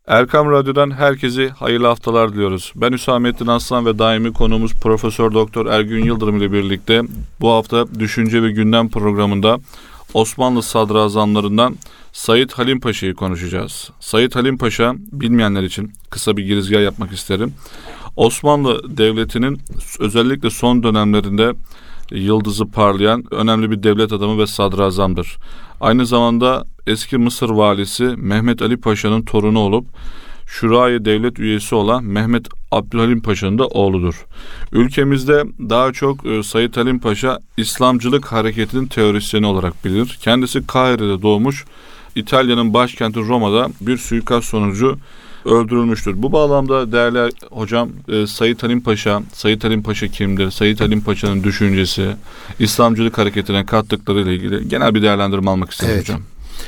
Erkam Radyo'dan herkese hayırlı haftalar diliyoruz. Ben Hüsamettin Aslan ve daimi konuğumuz Profesör Doktor Ergün Yıldırım ile birlikte bu hafta Düşünce ve Gündem programında Osmanlı sadrazamlarından Said Halim Paşa'yı konuşacağız. Said Halim Paşa, bilmeyenler için kısa bir girizgah yapmak isterim. Osmanlı Devleti'nin özellikle son dönemlerinde yıldızı parlayan önemli bir devlet adamı ve sadrazamdır. Aynı zamanda eski Mısır valisi Mehmet Ali Paşa'nın torunu olup Şurayı Devlet üyesi olan Mehmet Abdülhalim Paşa'nın da oğludur. Ülkemizde daha çok Said Halim Paşa İslamcılık hareketinin teorisyeni olarak bilinir. Kendisi Kahire'de doğmuş, İtalya'nın başkenti Roma'da bir suikast sonucu öldürülmüştür. Bu bağlamda değerli hocam, Said Halim Paşa kimdir? Said Halim Paşa'nın düşüncesi, İslamcılık hareketine kattıkları ile ilgili genel bir değerlendirme almak istedim hocam.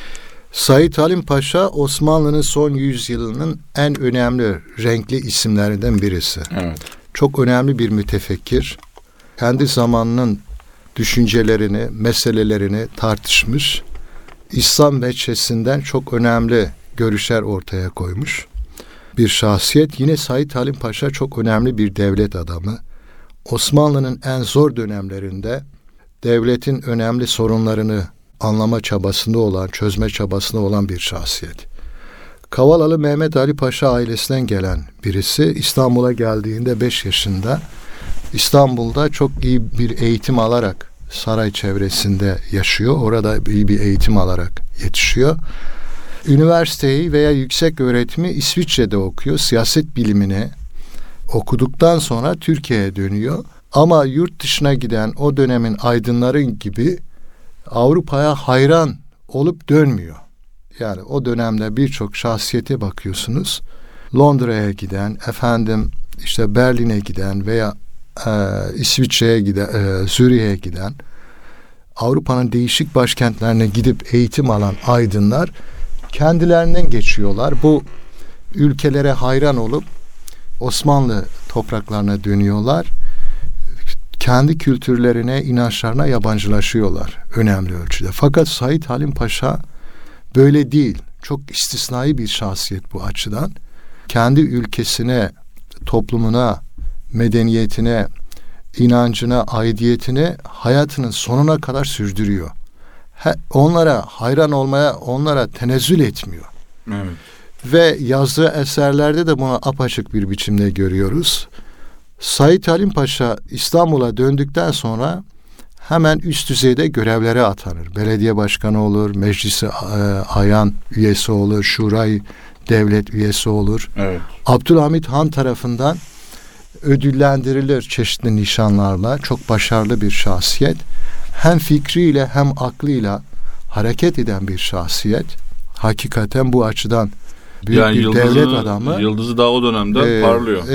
Said Halim Paşa Osmanlı'nın son yüzyılının en önemli renkli isimlerinden birisi. Evet. Çok önemli bir mütefekkir. Kendi zamanının düşüncelerini, meselelerini tartışmış. İslam veçhesinden çok önemli görüşler ortaya koymuş bir şahsiyet. Yine Said Halim Paşa çok önemli bir devlet adamı. Osmanlı'nın en zor dönemlerinde devletin önemli sorunlarını anlama çabasında olan, çözme çabasında olan bir şahsiyet. Kavalalı Mehmet Ali Paşa ailesinden gelen birisi. İstanbul'a geldiğinde 5 yaşında İstanbul'da çok iyi bir eğitim alarak saray çevresinde yaşıyor. Orada iyi bir eğitim alarak yetişiyor. Üniversiteyi veya yüksek öğretimi İsviçre'de okuyor. Siyaset bilimini okuduktan sonra Türkiye'ye dönüyor. Ama yurt dışına giden o dönemin aydınları gibi Avrupa'ya hayran olup dönmüyor. Yani o dönemde birçok şahsiyete bakıyorsunuz. Londra'ya giden, Berlin'e giden veya İsviçre'ye giden, Zürih'e giden, Avrupa'nın değişik başkentlerine gidip eğitim alan aydınlar kendilerinden geçiyorlar. Bu ülkelere hayran olup Osmanlı topraklarına dönüyorlar. Kendi kültürlerine, inançlarına yabancılaşıyorlar önemli ölçüde. Fakat Said Halim Paşa böyle değil. Çok istisnai bir şahsiyet bu açıdan. Kendi ülkesine, toplumuna, medeniyetine, inancına, aidiyetine hayatının sonuna kadar sürdürüyor. Onlara hayran olmaya, onlara tenezzül etmiyor. Evet. Ve yazdığı eserlerde de bunu apaçık bir biçimde görüyoruz. Said Halim Paşa İstanbul'a döndükten sonra hemen üst düzeyde görevlere atanır. Belediye başkanı olur, meclisi ayan üyesi olur, şurayı devlet üyesi olur. Evet. Abdülhamit Han tarafından ödüllendirilir çeşitli nişanlarla. Çok başarılı bir şahsiyet. Hem fikriyle hem aklıyla hareket eden bir şahsiyet. Hakikaten bu açıdan büyük yani bir devlet adamı. Yıldızı daha o dönemde parlıyor.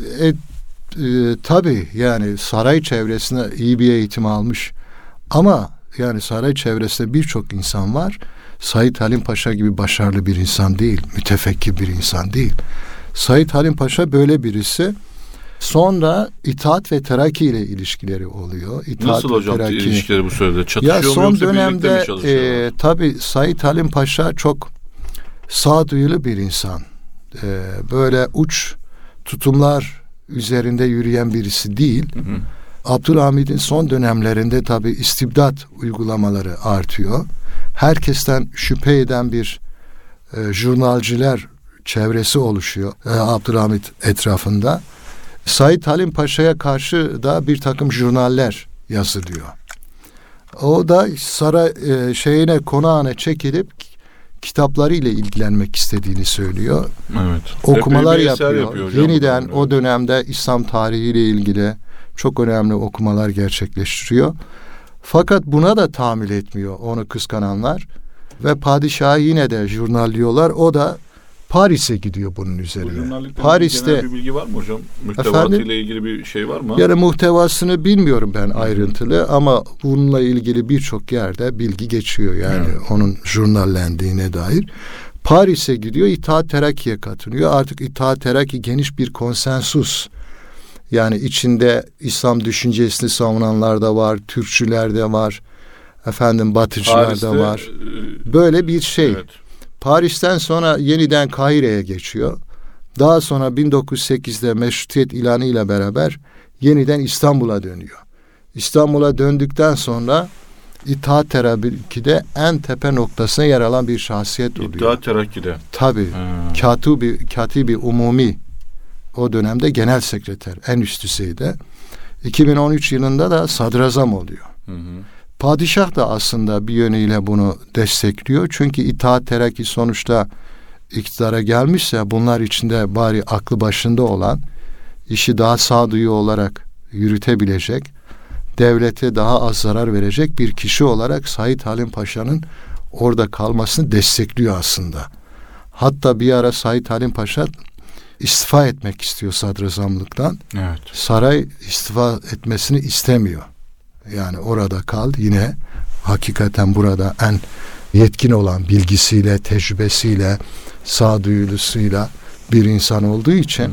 Tabii yani saray çevresinde iyi bir eğitim almış. Ama yani saray çevresinde birçok insan var. Said Halim Paşa gibi başarılı bir insan değil. Mütefekkir bir insan değil. Said Halim Paşa böyle birisi. Sonra İttihat ve Terakki ile ilişkileri oluyor. Nasıl hocam ilişkileri bu sürede? Çatışıyor mu son yoksa dönemde, birlikte mi çalışıyorlar? Tabii Said Halim Paşa çok sağduyulu bir insan. Böyle uç tutumlar üzerinde yürüyen birisi değil. Hı hı. Abdülhamid'in son dönemlerinde tabii istibdat uygulamaları artıyor. Herkesten şüphe eden bir jurnalciler çevresi oluşuyor Abdülhamid etrafında. Said Halim Paşa'ya karşı da bir takım jurnaller yazılıyor. O da konağına çekilip kitaplarıyla ilgilenmek istediğini söylüyor. Evet. Okumalar yapıyor. Yeniden o dönemde İslam tarihiyle ilgili çok önemli okumalar gerçekleştiriyor. Fakat buna da tahammül etmiyor onu kıskananlar. Ve padişahı yine de jurnalliyorlar. O da Paris'e gidiyor bunun üzerine. Paris'te genel bir bilgi var mı hocam? Muhtevatıyla ilgili bir şey var mı? Yani muhtevasını bilmiyorum ben ayrıntılı ama bununla ilgili birçok yerde bilgi geçiyor yani onun jurnallendiğine dair. Paris'e gidiyor, İttihat Terakki'ye katılıyor. Artık İttihat Terakki geniş bir konsensus. Yani içinde İslam düşüncesini savunanlar da var, Türkçüler de var, Batıcılar da var. Böyle bir şey. Evet. Paris'ten sonra yeniden Kahire'ye geçiyor. Daha sonra 1908'de meşrutiyet ilanı ile beraber yeniden İstanbul'a dönüyor. İstanbul'a döndükten sonra İttihat Terakki'de en tepe noktasına yer alan bir şahsiyet oluyor. İttihat Terakki'de. Tabii. Katibi Umumi, o dönemde genel sekreter, en üst düzeyde. 2013 yılında da sadrazam oluyor. Hı hı. Padişah da aslında bir yönüyle bunu destekliyor. Çünkü İttihat Terakki sonuçta iktidara gelmişse bunlar içinde bari aklı başında olan, işi daha sağduyu olarak yürütebilecek, devlete daha az zarar verecek bir kişi olarak Said Halim Paşa'nın orada kalmasını destekliyor aslında. Hatta bir ara Said Halim Paşa istifa etmek istiyor sadrazamlıktan. Evet. Saray istifa etmesini istemiyor. Yani orada kal, yine hakikaten burada en yetkin olan, bilgisiyle, tecrübesiyle, sağduyulusuyla bir insan olduğu için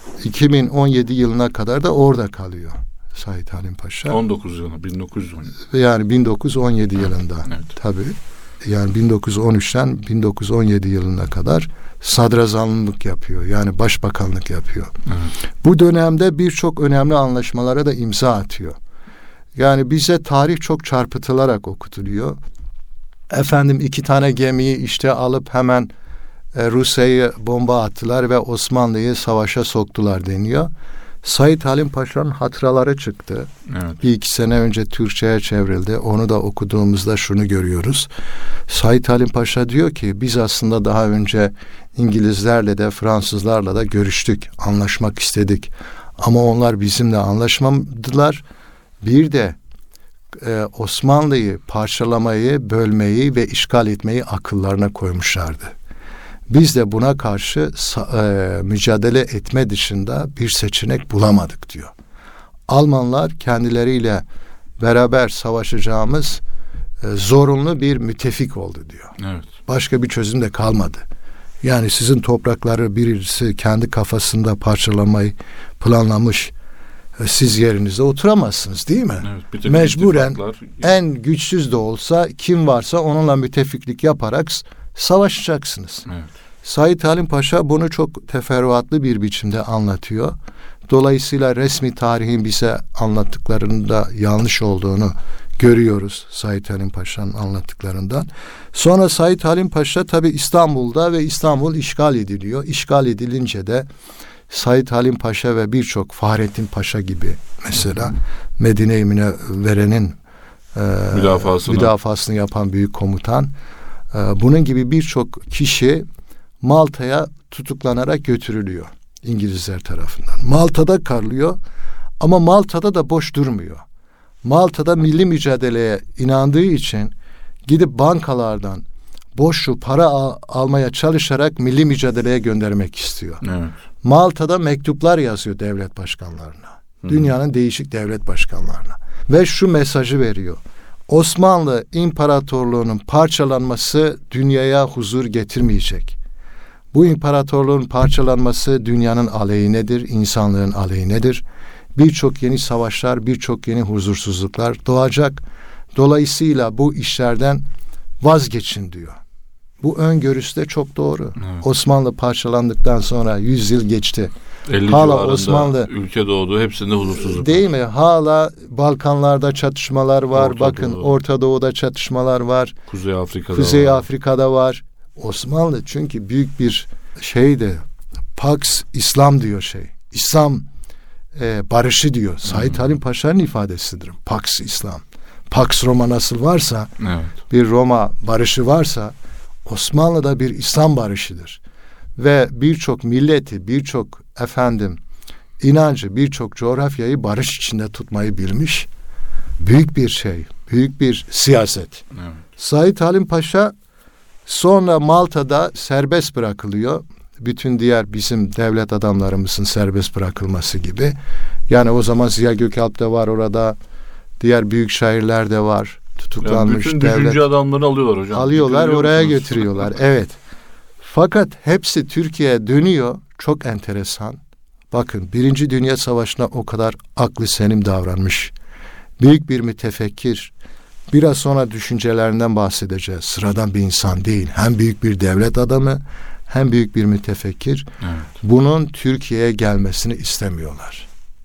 2017 yılına kadar da orada kalıyor Said Halim Paşa. 19 yılında, 1917. Yani 1917 yılında. Evet. Tabii. Yani 1913'ten 1917 yılına kadar sadrazamlık yapıyor. Yani başbakanlık yapıyor. Evet. Bu dönemde birçok önemli anlaşmalara da imza atıyor. Yani bize tarih çok çarpıtılarak okutuluyor. Efendim 2 tane gemiyi işte alıp hemen Rusya'yı bomba attılar ve Osmanlı'yı savaşa soktular deniyor. Said Halim Paşa'nın hatıraları çıktı. Evet. 1-2 sene önce Türkçe'ye çevrildi. Onu da okuduğumuzda şunu görüyoruz. Said Halim Paşa diyor ki biz aslında daha önce İngilizlerle de Fransızlarla da görüştük. Anlaşmak istedik. Ama onlar bizimle anlaşmadılar. Bir de Osmanlı'yı parçalamayı, bölmeyi ve işgal etmeyi akıllarına koymuşlardı. Biz de buna karşı mücadele etme dışında bir seçenek bulamadık diyor. Almanlar kendileriyle beraber savaşacağımız zorunlu bir müttefik oldu diyor. Evet. Başka bir çözüm de kalmadı. Yani sizin toprakları birisi kendi kafasında parçalamayı planlamış, siz yerinizde oturamazsınız değil mi? Evet, mecburen en güçsüz de olsa kim varsa onunla müttefiklik yaparak savaşacaksınız. Evet. Said Halim Paşa bunu çok teferruatlı bir biçimde anlatıyor. Dolayısıyla resmi tarihin bize anlattıklarında yanlış olduğunu görüyoruz Said Halim Paşa'nın anlattıklarından. Sonra Said Halim Paşa tabii İstanbul'da ve İstanbul işgal ediliyor. İşgal edilince de Said Halim Paşa ve birçok Fahrettin Paşa gibi mesela Medine-i Münevvere'nin müdafasını yapan büyük komutan, bunun gibi birçok kişi Malta'ya tutuklanarak götürülüyor İngilizler tarafından. Malta'da kalıyor ama Malta'da da boş durmuyor. Malta'da milli mücadeleye inandığı için gidip bankalardan boşu para almaya çalışarak milli mücadeleye göndermek istiyor. Evet. Malta'da mektuplar yazıyor devlet başkanlarına. Dünyanın değişik devlet başkanlarına. Ve şu mesajı veriyor. Osmanlı İmparatorluğu'nun parçalanması dünyaya huzur getirmeyecek. Bu imparatorluğun parçalanması dünyanın aleyhinedir, insanlığın aleyhinedir. Birçok yeni savaşlar, birçok yeni huzursuzluklar doğacak. Dolayısıyla bu işlerden vazgeçin diyor. Bu öngörüsü de çok doğru. Evet. Osmanlı parçalandıktan sonra 100 yıl geçti. 50 hala Osmanlı ülke doğdu, hepsinde huzursuzluk değil mi? Hala Balkanlarda çatışmalar var. Bakın Orta Doğu'da çatışmalar var. Kuzey Afrika'da var. Osmanlı çünkü büyük bir şeydi. Pax İslam diyor İslam barışı diyor. Said Halim Paşa'nın ifadesidir. Pax İslam. Pax Roma nasıl varsa, evet, bir Roma barışı varsa Osmanlı'da bir İslam barışıdır. Ve birçok milleti, birçok inancı, birçok coğrafyayı barış içinde tutmayı bilmiş. Büyük bir büyük bir siyaset. Evet. Said Halim Paşa sonra Malta'da serbest bırakılıyor. Bütün diğer bizim devlet adamlarımızın serbest bırakılması gibi. Yani o zaman Ziya Gökalp de var orada. Diğer büyük şairler de var. Tutuklanmış bütün devlet. Bütün adamları alıyorlar hocam. Alıyorlar, oraya götürüyorlar. Evet. Fakat hepsi Türkiye'ye dönüyor. Çok enteresan. Bakın 1. Dünya Savaşı'na o kadar aklı selim davranmış. Büyük bir mütefekkir. Biraz sonra düşüncelerinden bahsedeceğiz. Sıradan bir insan değil. Hem büyük bir devlet adamı hem büyük bir mütefekkir. Evet. Bunun Türkiye'ye gelmesini istemiyorlar.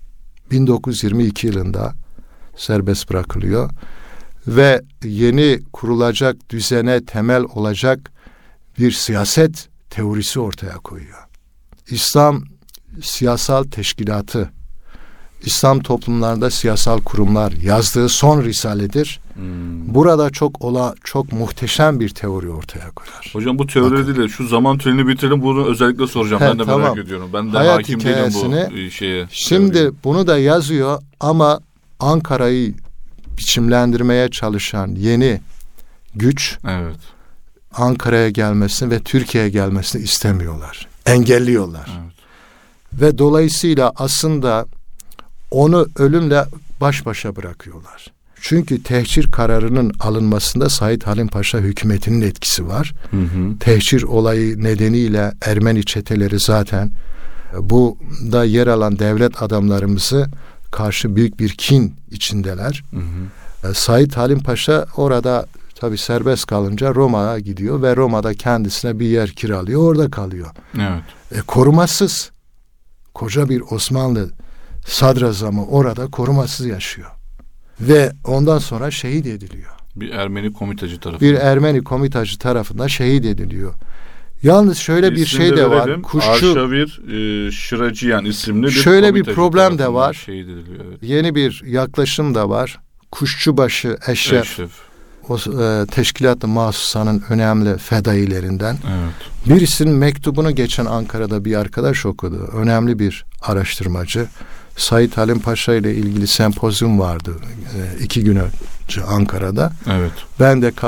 1922 yılında serbest bırakılıyor ve yeni kurulacak düzene temel olacak bir siyaset teorisi ortaya koyuyor. İslam siyasal teşkilatı, İslam toplumlarında siyasal kurumlar yazdığı son risaledir. Burada çok muhteşem bir teori ortaya koyar. Hocam bu teori değil de şu zaman tünelini bitirelim, bunu özellikle soracağım. Ben de merak ediyorum. Ben de hayat hakim değilim bu şeye. Şimdi teoriye. bunu da yazıyor ama Ankara'yı biçimlendirmeye çalışan yeni güç Evet. Ankara'ya gelmesini ve Türkiye'ye gelmesini istemiyorlar. Engelliyorlar. Evet. Ve dolayısıyla aslında onu ölümle baş başa bırakıyorlar. Çünkü tehcir kararının alınmasında Said Halim Paşa hükümetinin etkisi var. Tehcir olayı nedeniyle Ermeni çeteleri zaten bu da yer alan devlet adamlarımızı karşı büyük bir kin içindeler. Said Halim Paşa orada tabii serbest kalınca Roma'ya gidiyor ve Roma'da kendisine bir yer kiralıyor, orada kalıyor. Evet. Korumasız, koca bir Osmanlı sadrazamı orada korumasız yaşıyor. Ve ondan sonra şehit ediliyor. Bir Ermeni komitacı tarafından. Bir Ermeni komitacı tarafından şehit ediliyor. Yalnız şöyle bir şey de var. Arşavir Şıracıyan isimli bir şöyle bir problem de var. Şehit ediliyor. Evet. Yeni bir yaklaşım da var. Kuşçubaşı Eşref. O teşkilat-ı mahsusanın önemli fedailerinden. Evet. Birisinin mektubunu geçen Ankara'da bir arkadaş okudu. Önemli bir araştırmacı. Said Halim Paşa ile ilgili sempozyum vardı 2 gün önce Ankara'da. Evet. Ben de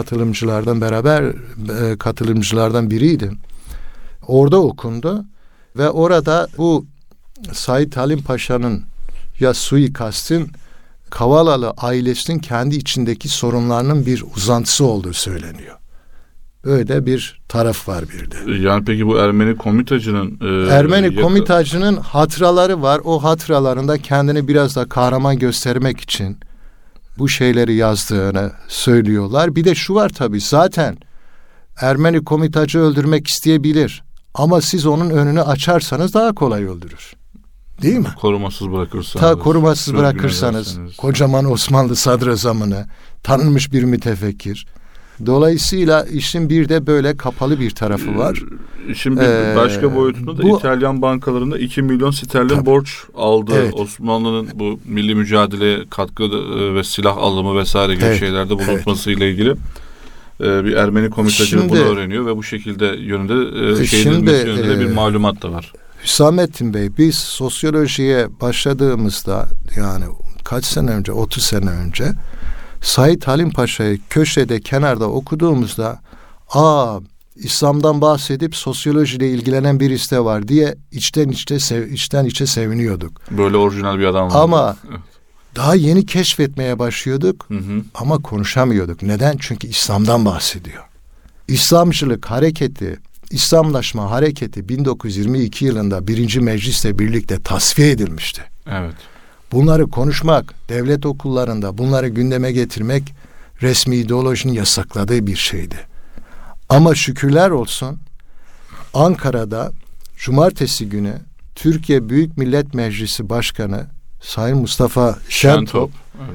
katılımcılardan biriydim. Orada okundu ve orada bu Said Halim Paşa'nın ya suikastin Kavalalı ailesinin kendi içindeki sorunlarının bir uzantısı olduğu söyleniyor. Böyle bir taraf var bir de. Yani peki bu Ermeni komitacının komitacının hatıraları var. O hatıralarında kendini biraz da kahraman göstermek için bu şeyleri yazdığını söylüyorlar. Bir de şu var tabii, zaten Ermeni komitacı öldürmek isteyebilir. Ama siz onun önünü açarsanız daha kolay öldürür. Değil mi? Korumasız bırakırsanız. Korumasız bırakırsanız kocaman Osmanlı sadrazamını, tanınmış bir mütefekkir. Dolayısıyla işin bir de böyle kapalı bir tarafı var. Şimdi başka boyutunda da İtalyan bankalarında 2 milyon sterlin borç aldı. Evet. Osmanlı'nın bu milli mücadeleye katkı ve silah alımı vesaire gibi şeylerde bulunmasıyla ilgili bir Ermeni komitacı bunu öğreniyor ve bu şekilde yönünde yönünde bir malumat da var. Hüsamettin Bey, biz sosyolojiye başladığımızda, yani kaç sene önce, 30 sene önce Said Halim Paşa'yı köşede, kenarda okuduğumuzda İslam'dan bahsedip sosyolojiyle ilgilenen birisi de var diye içten içe seviniyorduk. Böyle orijinal bir adam var. Ama daha yeni keşfetmeye başlıyorduk ama konuşamıyorduk. Neden? Çünkü İslam'dan bahsediyor. İslamcılık hareketi, İslamlaşma hareketi 1922 yılında 1. Meclis'le birlikte tasfiye edilmişti. Evet. Bunları konuşmak, devlet okullarında bunları gündeme getirmek resmi ideolojinin yasakladığı bir şeydi. Ama şükürler olsun Ankara'da cumartesi günü Türkiye Büyük Millet Meclisi Başkanı Sayın Mustafa Şentop,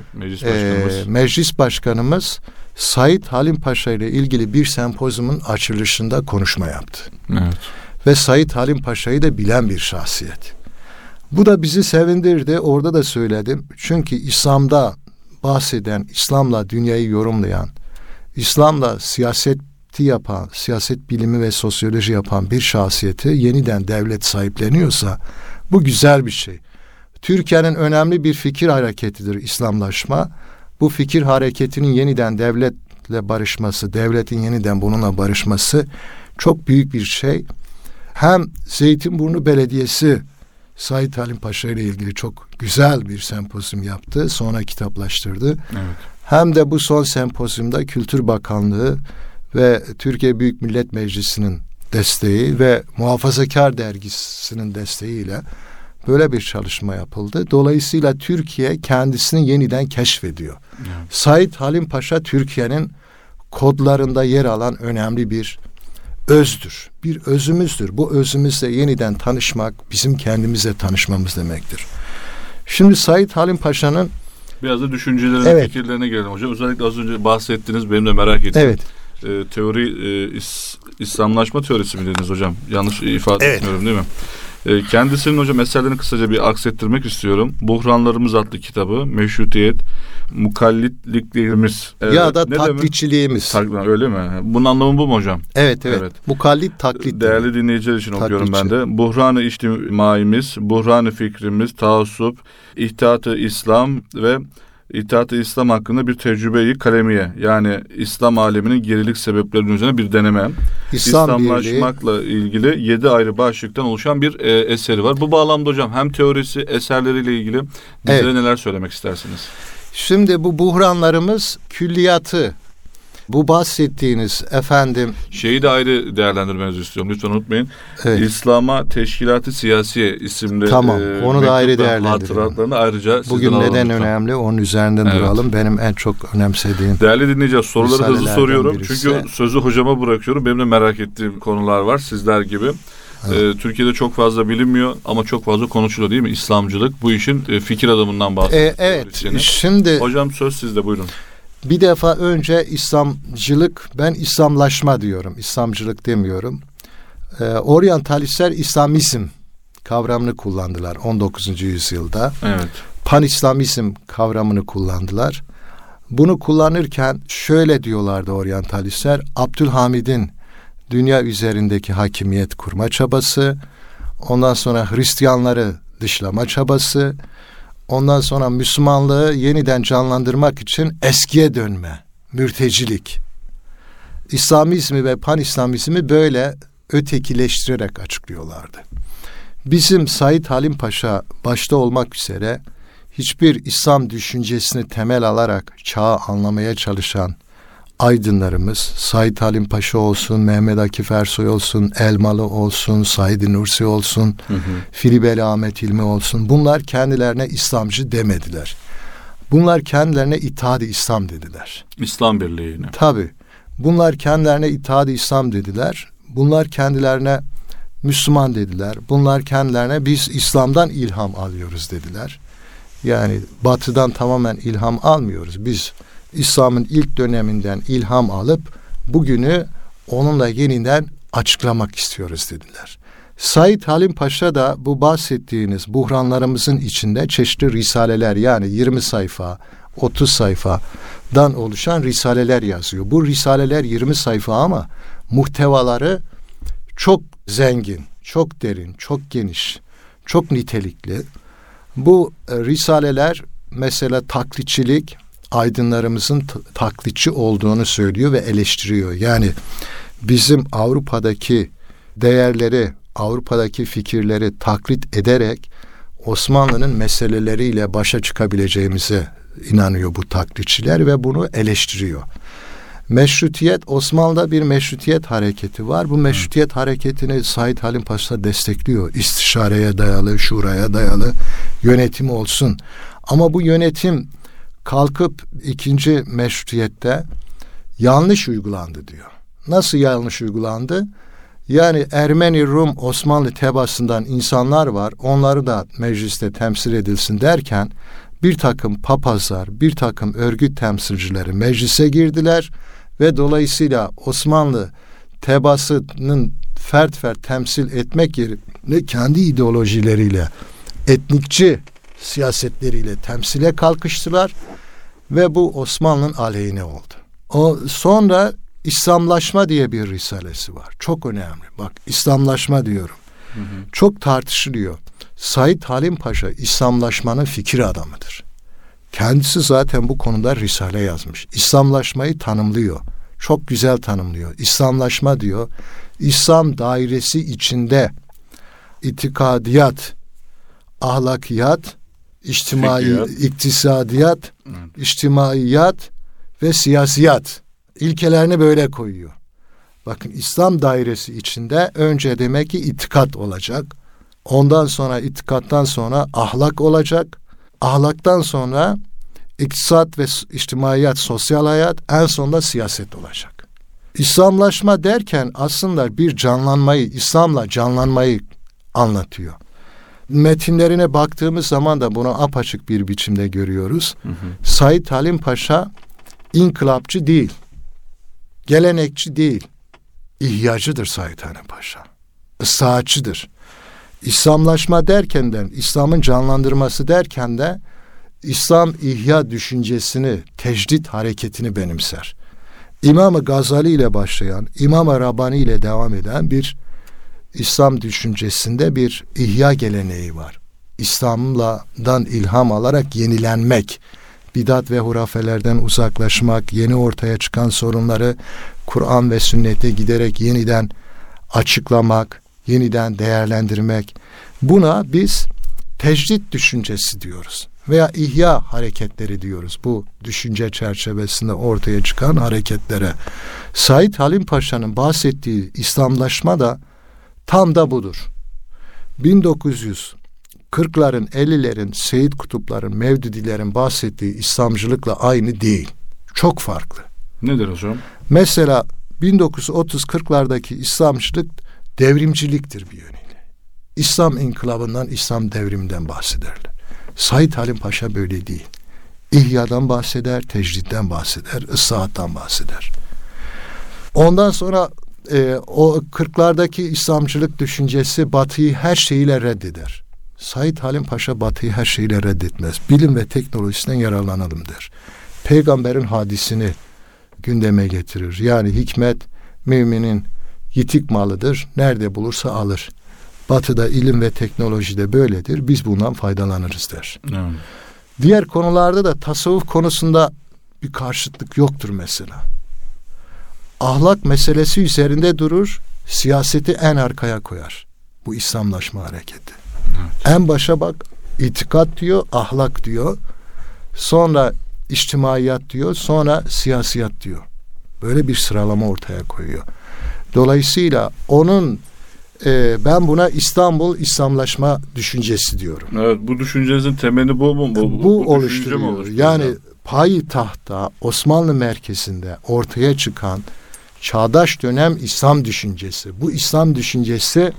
Meclis Başkanımız Said Halim Paşa ile ilgili bir sempozyumun açılışında konuşma yaptı. Evet. Ve Said Halim Paşa'yı da bilen bir şahsiyet. Bu da bizi sevindirdi. Orada da söyledim. Çünkü İslam'da bahseden, İslam'la dünyayı yorumlayan, İslam'la siyaseti yapan, siyaset bilimi ve sosyoloji yapan bir şahsiyeti yeniden devlet sahipleniyorsa bu güzel bir şey. Türkiye'nin önemli bir fikir hareketidir İslamlaşma. Bu fikir hareketinin yeniden devletle barışması, devletin yeniden bununla barışması çok büyük bir şey. Hem Zeytinburnu Belediyesi Said Halim Paşa ile ilgili çok güzel bir sempozyum yaptı. Sonra kitaplaştırdı. Evet. Hem de bu son sempozyumda Kültür Bakanlığı ve Türkiye Büyük Millet Meclisi'nin desteği ve Muhafazakar Dergisi'nin desteğiyle Böyle bir çalışma yapıldı. Dolayısıyla Türkiye kendisini yeniden keşfediyor. Said Halim Paşa Türkiye'nin kodlarında yer alan önemli bir özdür. Bir özümüzdür. Bu özümüzle yeniden tanışmak bizim kendimizle tanışmamız demektir. Şimdi Said Halim Paşa'nın biraz da düşüncelerine, fikirlerine gelelim hocam. Özellikle az önce bahsettiğiniz, benim de merak ettiğim. Evet. İslamlaşma teorisi mi dediniz hocam? Yanlış ifade etmiyorum değil mi? Kendisinin hocam eserlerini kısaca bir aksettirmek istiyorum. Buhranlarımız adlı kitabı, meşrutiyet, mukallitliklerimiz. Ya da taklitçiliğimiz. Öyle mi? Bunun anlamı bu mu hocam? Evet. Mukallit, taklit. Değerli dinleyiciler için okuyorum ben de. Buhran-ı içtimaimiz, buhran-ı fikrimiz, taassup, İttihat-ı İslam ve İttihat-ı İslam hakkında bir tecrübeyi kalemiye, yani İslam aleminin gerilik sebeplerinin üzerine bir deneme. İslamlaşmakla ilgili 7 ayrı başlıktan oluşan bir eseri var. Bu bağlamda hocam hem teorisi, eserleriyle ilgili bizlere neler söylemek istersiniz? Şimdi bu buhranlarımız külliyatı, bu bahsettiğiniz şeyi de ayrı değerlendirmenizi istiyorum. Lütfen unutmayın. Evet. İslam'a Teşkilat-ı Siyasiye isimli onu da ayrı değerlendirelim. Hatıratlarını ayrıca bugün neden önemli? Onun üzerinden duralım. Benim en çok önemsediğim. Değerli dinleyiciler, soruları hızlı soruyorum. Çünkü sözü hocama bırakıyorum. Benim de merak ettiğim konular var sizler gibi. Evet. Türkiye'de çok fazla bilinmiyor ama çok fazla konuşuluyor değil mi? İslamcılık bu işin fikir adamından bahsediyor. Evet. Şimdi hocam söz sizde, buyurun. Bir defa önce İslamcılık, ben İslamlaşma diyorum, İslamcılık demiyorum. Oryantalistler İslamizm kavramını kullandılar 19. yüzyılda. Evet. Pan-İslamizm kavramını kullandılar. Bunu kullanırken şöyle diyorlardı oryantalistler: Abdülhamid'in dünya üzerindeki hakimiyet kurma çabası, ondan sonra Hristiyanları dışlama çabası, ondan sonra Müslümanlığı yeniden canlandırmak için eskiye dönme, mürtecilik. İslamizmi ve pan-İslamizmi böyle ötekileştirerek açıklıyorlardı. Bizim Said Halim Paşa başta olmak üzere hiçbir İslam düşüncesini temel alarak çağı anlamaya çalışan aydınlarımız, Said Halim Paşa olsun, Mehmet Akif Ersoy olsun, Elmalı olsun, Said Nursi olsun, Filibeli Ahmet Hilmi olsun, bunlar kendilerine İslamcı demediler. Bunlar kendilerine İttihad-ı İslam dediler. İslam Birliği'ne. Tabii. Bunlar kendilerine İttihad-ı İslam dediler. Bunlar kendilerine Müslüman dediler. Bunlar kendilerine biz İslam'dan ilham alıyoruz dediler. Yani Batı'dan tamamen ilham almıyoruz. Biz İslam'ın ilk döneminden ilham alıp bugünü onunla yeniden açıklamak istiyoruz dediler. Said Halim Paşa da bu bahsettiğiniz buhranlarımızın içinde çeşitli risaleler, yani 20 sayfa, 30 sayfadan oluşan risaleler yazıyor. Bu risaleler 20 sayfa ama muhtevaları çok zengin, çok derin, çok geniş, çok nitelikli. Bu risaleler mesela taklitçilik, aydınlarımızın taklitçi olduğunu söylüyor ve eleştiriyor. Yani bizim Avrupa'daki değerleri, Avrupa'daki fikirleri taklit ederek Osmanlı'nın meseleleriyle başa çıkabileceğimize inanıyor bu taklitçiler ve bunu eleştiriyor. Meşrutiyet, Osmanlı'da bir meşrutiyet hareketi var. Bu meşrutiyet hareketini Said Halim Paşa destekliyor. İstişareye dayalı, şuraya dayalı yönetim olsun. Ama bu yönetim kalkıp ikinci meşrutiyette yanlış uygulandı diyor. Nasıl yanlış uygulandı? Yani Ermeni, Rum, Osmanlı tebaasından insanlar var. Onları da mecliste temsil edilsin derken bir takım papazlar, bir takım örgüt temsilcileri meclise girdiler ve dolayısıyla Osmanlı tebaasının fert temsil etmek yerine kendi ideolojileriyle, etnikçi siyasetleriyle temsile kalkıştılar ve bu Osmanlı'nın aleyhine oldu. O sonra İslamlaşma diye bir risalesi var. Çok önemli. Bak, İslamlaşma diyorum. Çok tartışılıyor. Said Halim Paşa İslamlaşmanın fikir adamıdır. Kendisi zaten bu konuda risale yazmış. İslamlaşmayı tanımlıyor. Çok güzel tanımlıyor. İslamlaşma diyor, İslam dairesi içinde itikadiyat, ahlakiyat, iktisadiyat, içtimaiyat ve siyasiyat ilkelerini böyle koyuyor. Bakın, İslam dairesi içinde önce demek ki itikat olacak, Ondan sonra itikattan sonra ahlak olacak. Ahlaktan sonra iktisat ve içtimaiyat, sosyal hayat, en sonunda siyaset olacak. İslamlaşma derken aslında bir canlanmayı, İslam'la canlanmayı anlatıyor. Metinlerine baktığımız zaman da bunu apaçık bir biçimde görüyoruz. Said Halim Paşa inkılapçı değil, gelenekçi değil, ihyacıdır Said Halim Paşa. Islahatçıdır. İslamlaşma derken de, İslam'ın canlandırması derken de İslam ihya düşüncesini, tecdit hareketini benimser. İmam-ı Gazali ile başlayan, İmam-ı Rabbani ile devam eden bir İslam düşüncesinde bir ihya geleneği var. İslam'dan ilham alarak yenilenmek, bidat ve hurafelerden uzaklaşmak, yeni ortaya çıkan sorunları Kur'an ve sünnete giderek yeniden açıklamak, yeniden değerlendirmek. Buna biz tecdit düşüncesi diyoruz veya ihya hareketleri diyoruz. Bu düşünce çerçevesinde ortaya çıkan hareketlere. Said Halim Paşa'nın bahsettiği İslamlaşma da tam da budur. 1940'ların, 50'lerin, Seyyid Kutupların, Mevdudilerin bahsettiği İslamcılıkla aynı değil. Çok farklı. Nedir hocam? Mesela 1930-40'lardaki İslamcılık devrimciliktir bir yönüyle. İslam inkılabından, İslam devriminden bahsederler. Said Halim Paşa böyle değil. İhyadan bahseder, tecditten bahseder, ıslahattan bahseder. Ondan sonra o 40'lardaki İslamcılık düşüncesi Batı'yı her şeyiyle reddeder. Said Halim Paşa Batı'yı her şeyiyle reddetmez. Bilim ve teknolojisinden yararlanalım der. Peygamberin hadisini gündeme getirir. Yani hikmet müminin yitik malıdır. Nerede bulursa alır. Batı'da ilim ve teknolojide böyledir. Biz bundan faydalanırız der. Evet. Diğer konularda da tasavvuf konusunda bir karşıtlık yoktur mesela. Ahlak meselesi üzerinde durur, siyaseti en arkaya koyar. Bu İslamlaşma hareketi. Evet. En başa bak, itikat diyor, ahlak diyor. Sonra içtimaiyat diyor, sonra siyasiyat diyor. Böyle bir sıralama ortaya koyuyor. Dolayısıyla onun ben buna İstanbul İslamlaşma düşüncesi diyorum. Evet, bu düşüncenizin temeli bu mu? Bu oluşturuyor. Yani payitahtta, Osmanlı merkezinde ortaya çıkan çağdaş dönem İslam düşüncesi. Bu İslam düşüncesi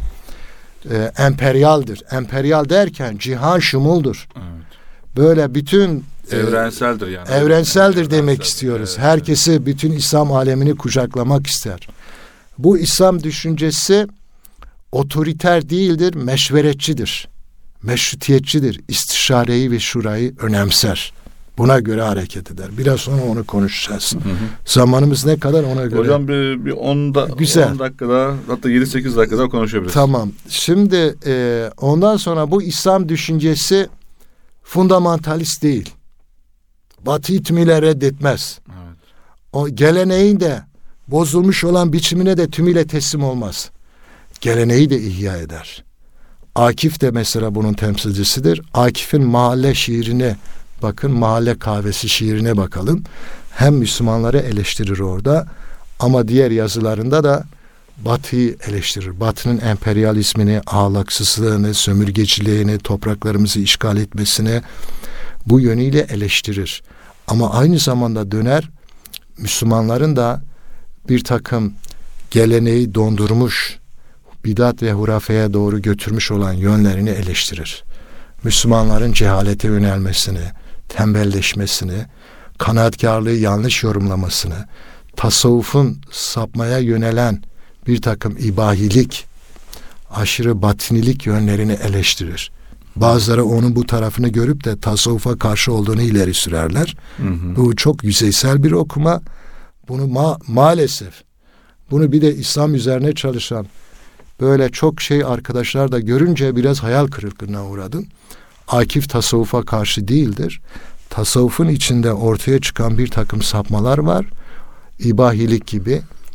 emperyaldir. Emperyal derken cihan şumuldur. Evet. Böyle bütün evrenseldir yani. Evrenseldir demek istiyoruz. Evet, herkesi, bütün İslam alemini kucaklamak ister. Bu İslam düşüncesi otoriter değildir, meşveretçidir. Meşrutiyetçidir. İstişareyi ve şurayı önemser. Buna göre hareket eder. Biraz sonra onu konuşacağız. Zamanımız ne kadar ona göre. Hocam bir 10 dakikada, hatta 7-8 dakikada konuşabiliriz. Tamam. Şimdi ondan sonra bu İslam düşüncesi fundamentalist değil. Batı'yı tümüyle reddetmez. Evet. O geleneğin de bozulmuş olan biçimine de tümüyle teslim olmaz. Geleneği de ihya eder. Akif de mesela bunun temsilcisidir. Akif'in mahalle şiirine bakın, mahalle kahvesi şiirine bakalım. Hem Müslümanları eleştirir orada ama diğer yazılarında da Batı'yı eleştirir. Batı'nın emperyalizmini, ahlaksızlığını, sömürgeciliğini, topraklarımızı işgal etmesini bu yönüyle eleştirir. Ama aynı zamanda döner Müslümanların da bir takım geleneği dondurmuş, bidat ve hurafeye doğru götürmüş olan yönlerini eleştirir. Müslümanların cehalete yönelmesini, tembelleşmesini, kanaatkarlığı yanlış yorumlamasını, tasavvufun sapmaya yönelen bir takım ibahilik, aşırı batinilik yönlerini eleştirir. Bazıları onun bu tarafını görüp de tasavvufa karşı olduğunu ileri sürerler. Bu çok yüzeysel bir okuma. Bunu maalesef bunu bir de İslam üzerine çalışan böyle çok arkadaşlar da görünce biraz hayal kırıklığına uğradım. Akif tasavvufa karşı değildir. Tasavvufun içinde ortaya çıkan bir takım sapmalar var. İbahilik gibi.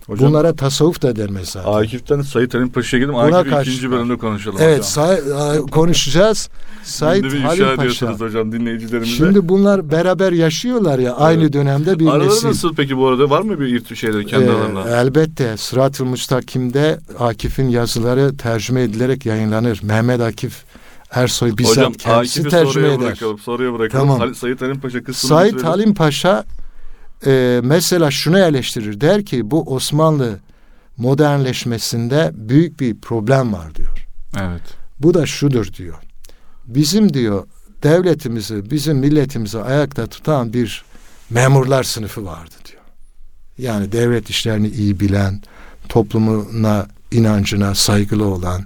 Hocam, bunlara tasavvuf da denmez zaten. Akif'ten Said Halim Paşa'ya gidelim. Akif'i ikinci bölümde konuşalım evet, hocam. Konuşacağız. Said Halim Paşa. Hocam dinleyicilerimize. Şimdi bunlar beraber yaşıyorlar ya, aynı dönemde bir araları nesil. Nasıl peki bu arada? Var mı bir şeyleri kendi aralarında? Elbette. Sırat-ı Müstakim'de Akif'in yazıları tercüme edilerek yayınlanır. Mehmet Akif Ersoy bizzat hocam, kendisi Akif'i tercüme eder. Soruya bırakalım. Tamam. Said Halim Paşa kısmını Said bitirelim. Halim Paşa mesela şunu eleştirir. Der ki bu Osmanlı modernleşmesinde büyük bir problem var diyor. Evet. Bu da şudur diyor. Bizim diyor devletimizi, bizim milletimizi ayakta tutan bir memurlar sınıfı vardı diyor. Yani devlet işlerini iyi bilen, toplumuna, inancına saygılı olan,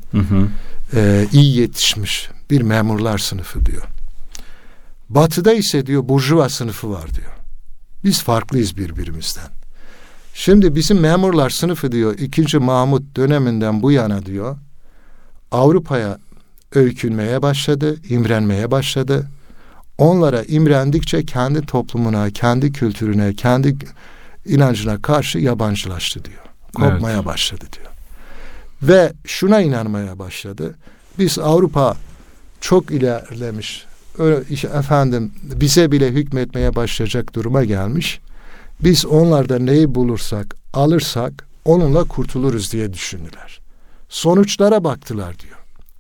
iyi yetişmiş bir memurlar sınıfı diyor. Batı'da ise diyor burjuva sınıfı var diyor. Biz farklıyız birbirimizden. Şimdi bizim memurlar sınıfı diyor 2. Mahmut döneminden bu yana diyor Avrupa'ya öykünmeye başladı, imrenmeye başladı. Onlara imrendikçe kendi toplumuna, kendi kültürüne, kendi inancına karşı yabancılaştı diyor. Kopmaya başladı diyor. Ve şuna inanmaya başladı. Biz Avrupa çok ilerlemiş. Efendim bize bile hükmetmeye başlayacak duruma gelmiş. Biz onlarda neyi bulursak, alırsak onunla kurtuluruz diye düşündüler. Sonuçlara baktılar diyor.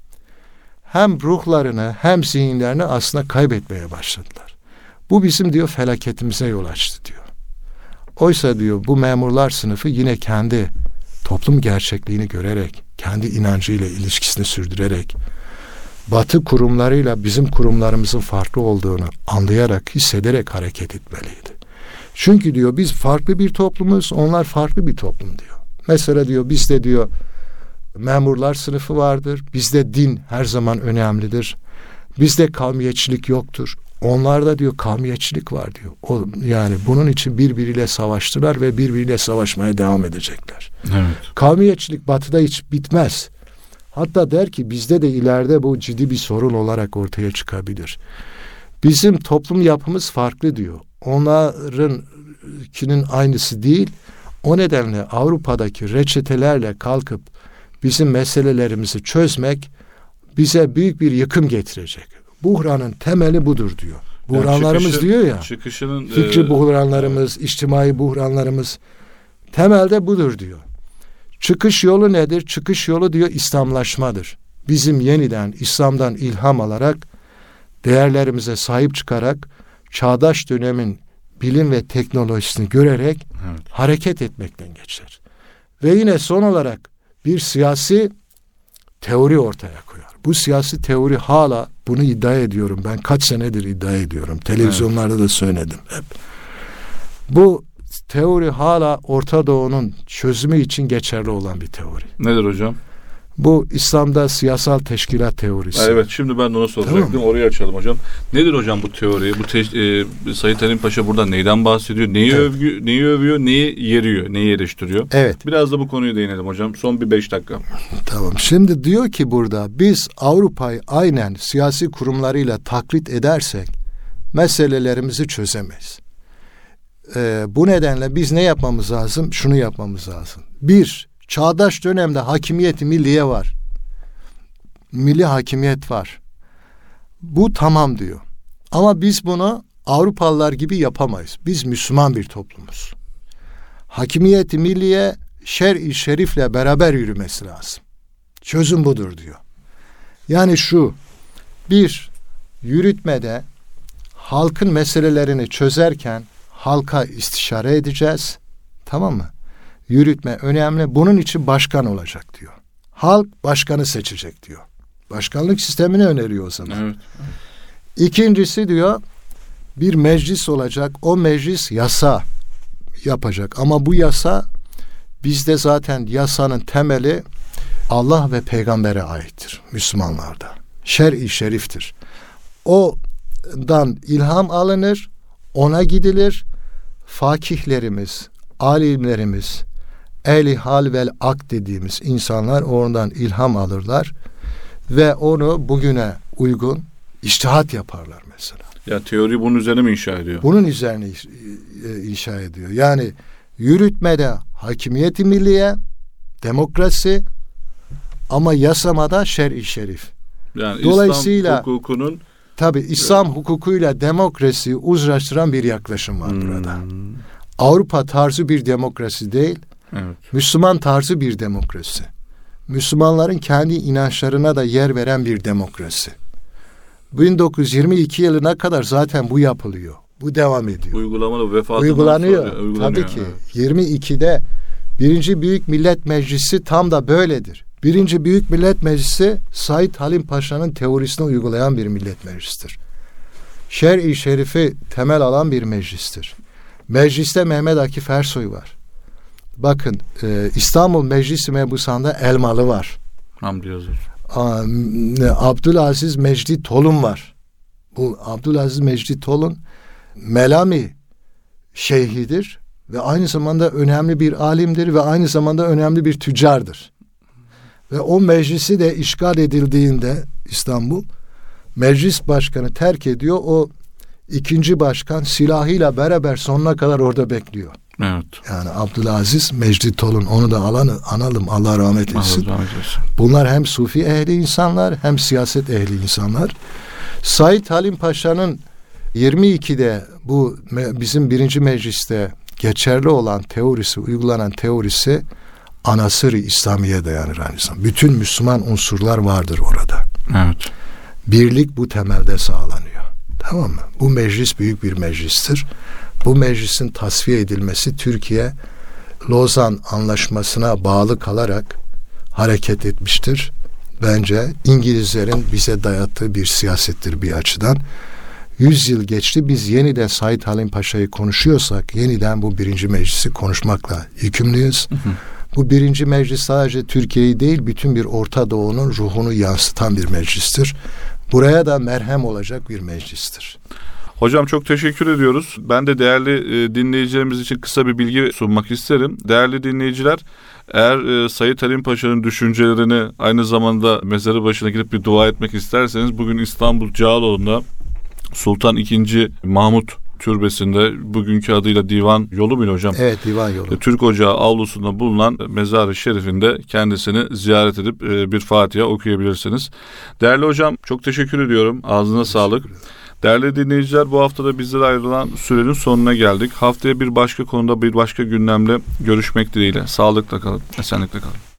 Hem ruhlarını hem zihinlerini aslında kaybetmeye başladılar. Bu bizim diyor felaketimize yol açtı diyor. Oysa diyor bu memurlar sınıfı yine kendi toplum gerçekliğini görerek, kendi inancıyla ilişkisini sürdürerek, Batı kurumlarıyla bizim kurumlarımızın farklı olduğunu anlayarak, hissederek hareket etmeliydi. Çünkü diyor biz farklı bir toplumuz, onlar farklı bir toplum diyor. Mesela diyor bizde diyor memurlar sınıfı vardır. Bizde din her zaman önemlidir. Bizde kavmiyetçilik yoktur. Onlarda diyor kavmiyetçilik var diyor. Yani bunun için birbiriyle savaştılar ve birbiriyle savaşmaya devam edecekler. Evet. Kavmiyetçilik Batı'da hiç bitmez. Hatta der ki bizde de ileride bu ciddi bir sorun olarak ortaya çıkabilir. Bizim toplum yapımız farklı diyor. Onlarınkinin aynısı değil. O nedenle Avrupa'daki reçetelerle kalkıp bizim meselelerimizi çözmek bize büyük bir yıkım getirecek. Buhranın temeli budur diyor. Buhranlarımız diyor ya. Fikri buhranlarımız, içtimai buhranlarımız temelde budur diyor. Çıkış yolu nedir? Çıkış yolu diyor İslamlaşmadır. Bizim yeniden İslam'dan ilham alarak, değerlerimize sahip çıkarak, çağdaş dönemin bilim ve teknolojisini görerek hareket etmekten geçer. Ve yine son olarak bir siyasi teori ortaya koyar. Bu siyasi teori hala bunu iddia ediyorum. Ben kaç senedir iddia ediyorum. Televizyonlarda da söyledim hep. Bu teori hala Orta Doğu'nun çözümü için geçerli olan bir teori. Nedir hocam? Bu İslam'da siyasal teşkilat teorisi. Evet, şimdi ben de onu soracaktım. Tamam. Orayı açalım hocam. Nedir hocam bu teori? Said Halim Paşa burada neyden bahsediyor? Neyi övüyor, neyi yeriyor, neyi eleştiriyor? Evet. Biraz da bu konuyu değinelim hocam. Son bir 5 dakika. Tamam. Şimdi diyor ki burada biz Avrupa'yı aynen siyasi kurumlarıyla taklit edersek meselelerimizi çözemeyiz. Bu nedenle biz ne yapmamız lazım? Şunu yapmamız lazım. Bir, çağdaş dönemde hakimiyet-i milliye var. Milli hakimiyet var. Bu tamam diyor. Ama biz bunu Avrupalılar gibi yapamayız. Biz Müslüman bir toplumuz. Hakimiyet-i milliye şer-i şerifle beraber yürümesi lazım. Çözüm budur diyor. Yani şu, bir, yürütmede halkın meselelerini çözerken halka istişare edeceğiz. Tamam mı? Yürütme önemli. Bunun için başkan olacak diyor. Halk başkanı seçecek diyor. Başkanlık sistemini öneriyor o zaman. Evet. İkincisi diyor bir meclis olacak. O meclis yasa yapacak. Ama bu yasa bizde zaten yasanın temeli Allah ve peygambere aittir. Müslümanlarda. Şer-i şeriftir. O'dan ilham alınır. Ona gidilir. Fakihlerimiz, alimlerimiz, ehli hal vel ak dediğimiz insanlar oradan ilham alırlar ve onu bugüne uygun içtihat yaparlar mesela. Ya teori bunun üzerine mi inşa ediyor? Bunun üzerine inşa ediyor. Yani Yürütmede hakimiyeti milliye, demokrasi, ama yasamada şer-i şerif. Yani Dolayısıyla İslam hukukunun tabii İslam hukukuyla demokrasiyi uzlaştıran bir yaklaşım var burada. Avrupa tarzı bir demokrasi değil, evet. Müslüman tarzı bir demokrasi. Müslümanların kendi inançlarına da yer veren bir demokrasi. 1922 yılına kadar zaten bu yapılıyor. Bu devam ediyor. Uygulamalı vefatından Uygulanıyor. sonra uygulanıyor. Tabii ki. Evet. 22'de 1. Büyük Millet Meclisi tam da böyledir. 1. Büyük Millet Meclisi Said Halim Paşa'nın teorisini uygulayan bir millet meclisidir. Şer-i şerifi temel alan bir meclistir. Mecliste Mehmet Akif Ersoy var. Bakın İstanbul Meclisi Mebusan'da Elmalı var. Hamdi Yazır. Abdülaziz Mecdi Tolun var. Bu Abdülaziz Mecdi Tolun Melami şeyhidir ve aynı zamanda önemli bir alimdir ve aynı zamanda önemli bir tüccardır. Ve o meclisi de işgal edildiğinde İstanbul, meclis başkanı terk ediyor. O ikinci başkan silahıyla beraber sonuna kadar orada bekliyor. Evet. Yani Abdülaziz Mecdi Tolun, onu da analım, Allah rahmet etsin. Bunlar hem sufi ehli insanlar hem siyaset ehli insanlar. Said Halim Paşa'nın 22'de bu bizim 1. mecliste geçerli olan teorisi, uygulanan teorisi Anasır-ı İslamiye dayanır aynı zamanda. Bütün Müslüman unsurlar vardır orada. Evet. Birlik bu temelde sağlanıyor. Tamam mı? Bu meclis büyük bir meclistir. Bu meclisin tasfiye edilmesi Türkiye Lozan Anlaşması'na bağlı kalarak hareket etmiştir. Bence İngilizlerin bize dayattığı bir siyasettir bir açıdan. 100 yıl geçti. Biz yeniden Said Halim Paşa'yı konuşuyorsak yeniden bu 1. meclisi konuşmakla yükümlüyüz. Bu 1. meclis sadece Türkiye'yi değil bütün bir Orta Doğu'nun ruhunu yansıtan bir meclistir. Buraya da merhem olacak bir meclistir. Hocam çok teşekkür ediyoruz. Ben de değerli dinleyicilerimiz için kısa bir bilgi sunmak isterim. Değerli dinleyiciler, eğer Said Halim Paşa'nın düşüncelerini aynı zamanda mezarı başına gidip bir dua etmek isterseniz bugün İstanbul Cağaloğlu'nda Sultan II. Mahmut Türbesi'nde bugünkü adıyla Divan Yolu muydu hocam? Evet, Divan Yolu. Türk Ocağı avlusunda bulunan mezar-ı şerifinde kendisini ziyaret edip bir Fatiha okuyabilirsiniz. Değerli hocam çok teşekkür ediyorum. Ağzına sağlık. Değerli dinleyiciler, bu haftada bizlere ayrılan sürenin sonuna geldik. Haftaya bir başka konuda bir başka gündemle görüşmek dileğiyle. Sağlıkla kalın, esenlikle kalın.